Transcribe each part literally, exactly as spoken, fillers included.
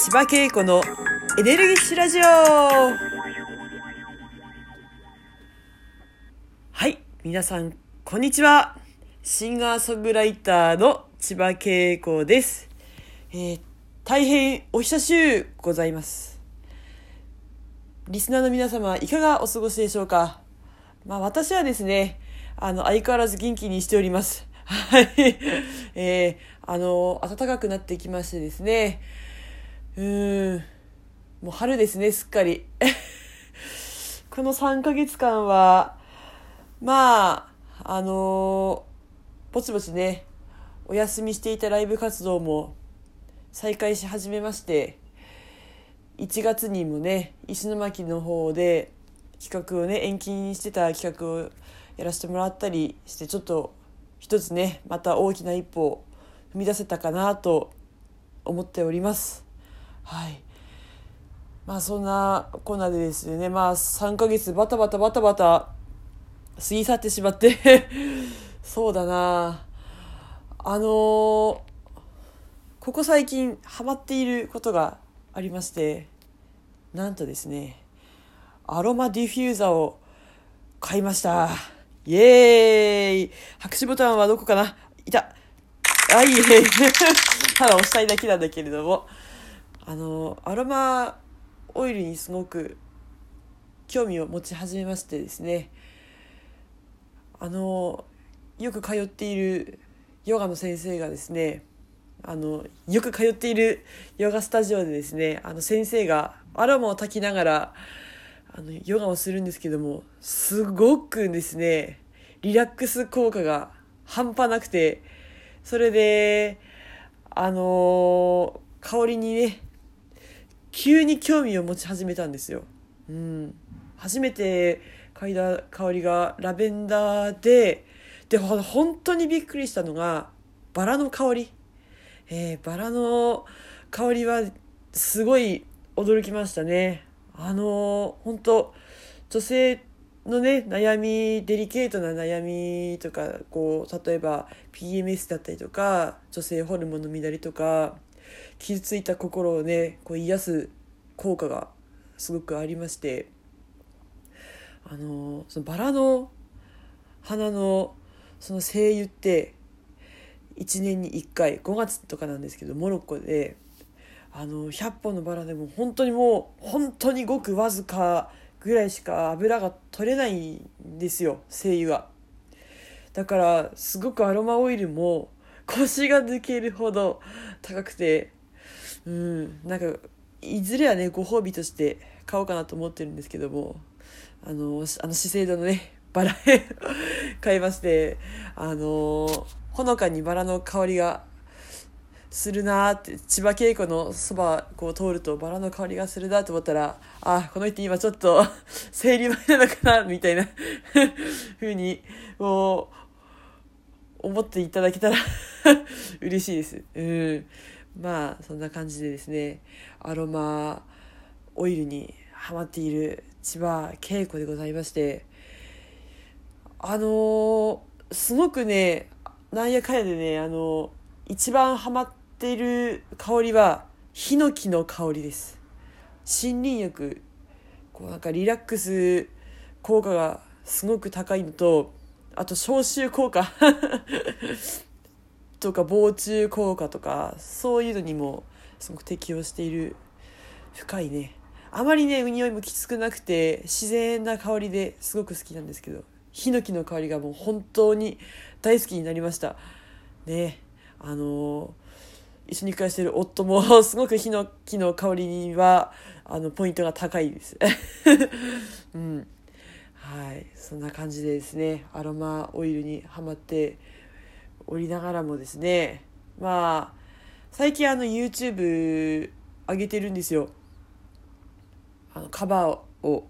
千葉恵子のエネルギッシュラジオ。はい、皆さんこんにちは。シンガーソングライターの千葉恵子です。えー、大変お久しゅうございます。リスナーの皆様いかがお過ごしでしょうか。まあ私はですね、あの相変わらず元気にしております。はい、えー、あの暖かくなってきましてですね。うーん、もう春ですね、すっかり。このさんかげつかんは、まあ、あのー、ぼちぼちね、お休みしていたライブ活動も再開し始めまして、いちがつにもね、石巻の方で企画をね、延期にしてた企画をやらせてもらったりして、ちょっと一つね、また大きな一歩を踏み出せたかなと思っております。はい。まあそんなこんなでですね、まあさんかげつバタバタバタバタ過ぎ去ってしまってそうだなあのー、ここ最近ハマっていることがありまして、なんとですね、アロマディフューザーを買いました。イエーイ。拍手ボタンはどこかな。いた。あ、いいただ押したいだけなんだけれども、あのアロマオイルにすごく興味を持ち始めましてですね、あのよく通っているヨガの先生がですね、あのよく通っているヨガスタジオでですね、あの先生がアロマを焚きながらあのヨガをするんですけども、すごくですねリラックス効果が半端なくて、それであの香りにね急に興味を持ち始めたんですよ。うん、初めて嗅いだ香りがラベンダーで、で本当にびっくりしたのがバラの香り、えー、バラの香りはすごい驚きましたね。あの本当女性のね悩み、デリケートな悩みとか、こう例えば ピーエムエス だったりとか、女性ホルモンの乱れとか、傷ついた心をねこう癒す効果がすごくありまして、あのそのバラの花のその精油っていちねんにいっかいごがつとかなんですけど、モロッコであのひゃっぽんのバラでも本当にもう本当にごくわずかぐらいしか油が取れないんですよ、精油が。だからすごくアロマオイルも腰が抜けるほど高くて、うん、なんかいずれはねご褒美として買おうかなと思ってるんですけども、あのあの資生堂のねバラ買いまして、あのほのかにバラの香りがするなーって、千葉恵子のそばこう通るとバラの香りがするなと思ったら、あ、この人今ちょっと生理前なのかなみたいな風にもう思っていただけたら嬉しいです。うん、まあそんな感じでですね、アロマオイルにハマっている千葉恵子でございまして、あのー、すごくね、なんやかんやでね、あのー、一番ハマっている香りはヒノキの香りです。森林浴、こうなんかリラックス効果がすごく高いのと、あと消臭効果とか防虫効果とか、そういうのにもすごく適用している深いね、あまりね匂いもきつくなくて自然な香りですごく好きなんですけど、ヒノキの香りがもう本当に大好きになりましたね。あのー、一緒に暮らしている夫もすごくヒノキの香りにはあのポイントが高いですうん、はい、そんな感じでですね、アロマオイルにハマっておりながらもですね、まあ最近あの YouTube 上げてるんですよ。あのカバーを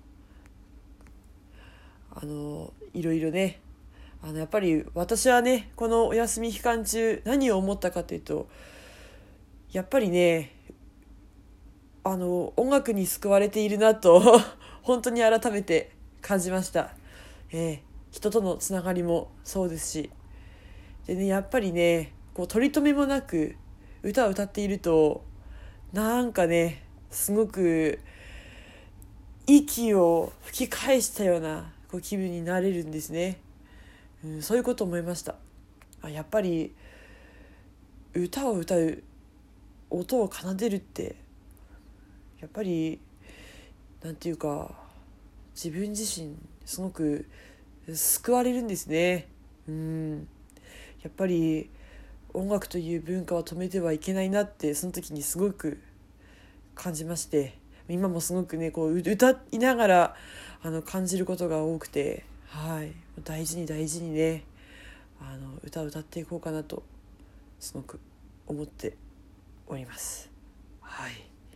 あのいろいろね、あのやっぱり私はねこのお休み期間中何を思ったかというと、やっぱりねあの音楽に救われているなと本当に改めて感じました。えー、人とのつながりもそうですし、でね、やっぱりねこう取り留めもなく歌を歌っているとなんかねすごく息を吹き返したようなこう気分になれるんですね、うん、そういうこと思いました。あやっぱり歌を歌う音を奏でるってやっぱりなんていうか自分自身すごく救われるんですね。うんやっぱり音楽という文化は止めてはいけないなってその時にすごく感じまして、今もすごくねこう歌いながらあの感じることが多くて、はい大事に大事にねあの歌を歌っていこうかなとすごく思っております。はい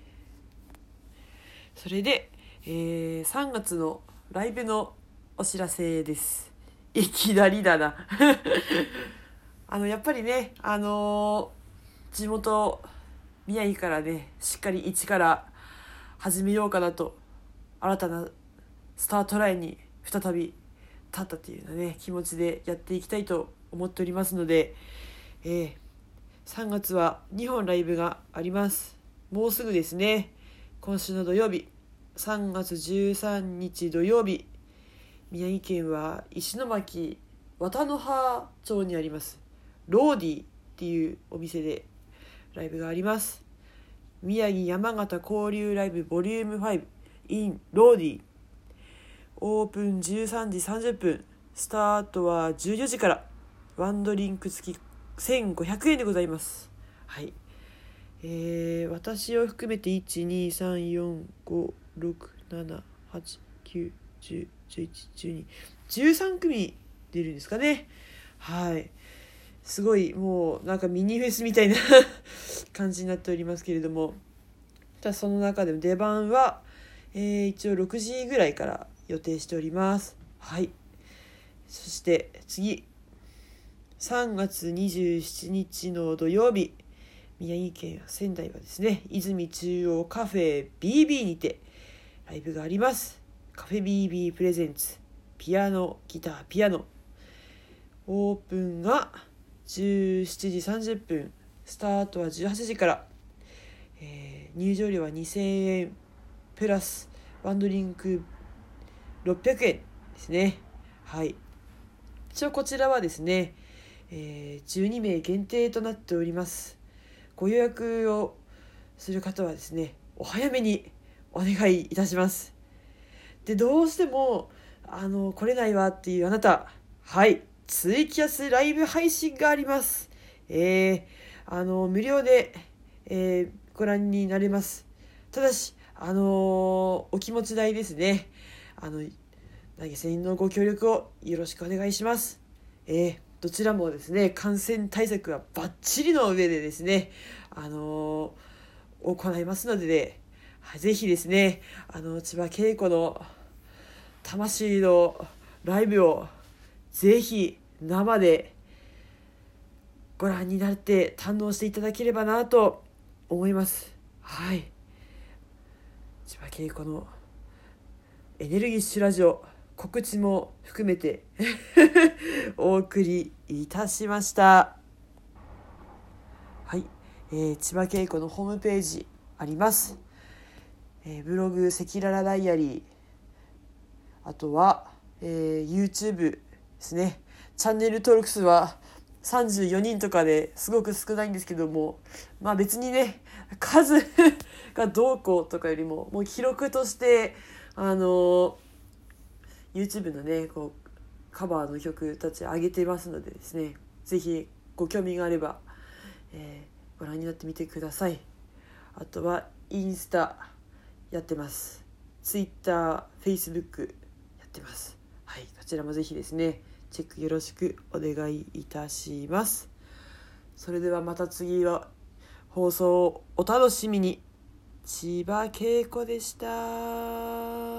それで、えー、さんがつのライブのお知らせです。いきなりだなあのやっぱりねあのー、地元宮城からねしっかり一から始めようかなと、新たなスタートラインに再び立ったというようなね気持ちでやっていきたいと思っておりますので、えー、さんがつはにほんライブがあります。もうすぐですね。今週の土曜日さんがつじゅうさんにち土曜日、宮城県は石巻綿の葉町にありますローディっていうお店でライブがあります。宮城山形交流ライブボリュームファイブ in ローディ、オープンじゅうさんじさんじゅっぷん、スタートはじゅうよじから、ワンドリンク付きせんごひゃくえんでございます。はい、えー、私を含めていち、に、さん、よん、ご、ろく、なな、はち、きゅう、じゅう、じゅういち、じゅうに、じゅうさんくみ出るんですかね。はいすごいもうなんかミニフェスみたいな感じになっておりますけれども、じゃあその中でも出番は、えー、一応ろくじぐらいから予定しております。はいそして次さんがつにじゅうしちにちの土曜日、宮城県仙台はですね泉中央カフェ ビービー にてライブがあります。カフェ ビービー プレゼンツピアノギターピアノ、オープンがじゅうしちじさんじゅっぷん、スタートはじゅうはちじから、えー、入場料はにせんえんプラスワンドリンクろっぴゃくえんですね。はい一応こちらはですね、えー、じゅうにめい限定となっております。ご予約をする方はですねお早めにお願いいたします。でどうしてもあの来れないわっていうあなた、はいツイキャスライブ配信があります。えー、あの無料で、えー、ご覧になれます。ただし、あのー、お気持ち代ですね。あの投げ銭のご協力をよろしくお願いします。えー、どちらもですね感染対策はバッチリの上でですね、あのー、行いますので、ね、ぜひですねあの千葉恵子の魂のライブをぜひ生でご覧になって堪能していただければなと思います。はい千葉恵子のエネルギッシュラジオ告知も含めてお送りいたしました。はい、えー、千葉恵子のホームページあります。えー、ブログ赤裸々ダイアリー、あとは、えー、YouTube ですね。チャンネル登録数はさんじゅうよにんとかですごく少ないんですけども、まあ別にね数がどうこうとかよりももう記録としてあの YouTube のねこうカバーの曲たち上げてますのでですね、ぜひご興味があれば、えー、ご覧になってみてください。あとはインスタやってます。Twitter、Facebook やってます。はい、こちらもぜひですねチェックよろしくお願いいたします。それではまた次は放送をお楽しみに。千葉恵子でした。